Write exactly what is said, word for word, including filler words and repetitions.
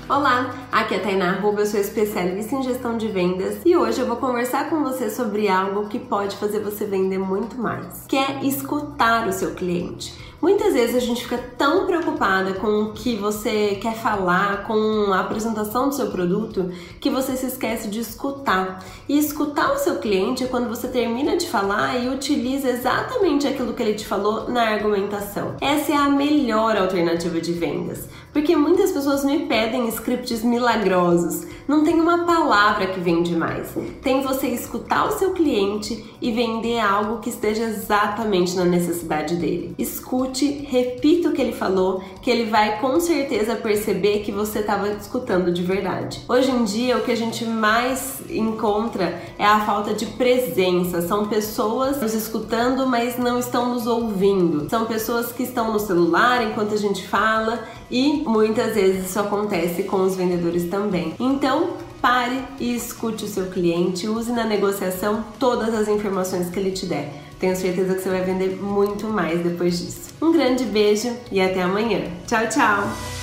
Olá, aqui é a Tainá Arruba, eu sou especialista em gestão de vendas e hoje eu vou conversar com você sobre algo que pode fazer você vender muito mais, que é escutar o seu cliente. Muitas vezes a gente fica tão preocupada com o que você quer falar, com a apresentação do seu produto, que você se esquece de escutar. E escutar o seu cliente é quando você termina de falar e utiliza exatamente aquilo que ele te falou na argumentação. Essa é a melhor alternativa de vendas, porque muitas pessoas me pedem scripts milagrosos. Não tem uma palavra que vende mais. Tem você escutar o seu cliente e vender algo que esteja exatamente na necessidade dele. Escute, repita o que ele falou, que ele vai com certeza perceber que você estava escutando de verdade. Hoje em dia, o que a gente mais encontra é a falta de presença. São pessoas nos escutando, mas não estão nos ouvindo. São pessoas que estão no celular enquanto a gente fala e muitas vezes isso acontece com os vendedores também. Então, pare e escute o seu cliente, use na negociação todas as informações que ele te der. Tenho certeza que você vai vender muito mais depois disso. Um grande beijo e até amanhã. Tchau, tchau!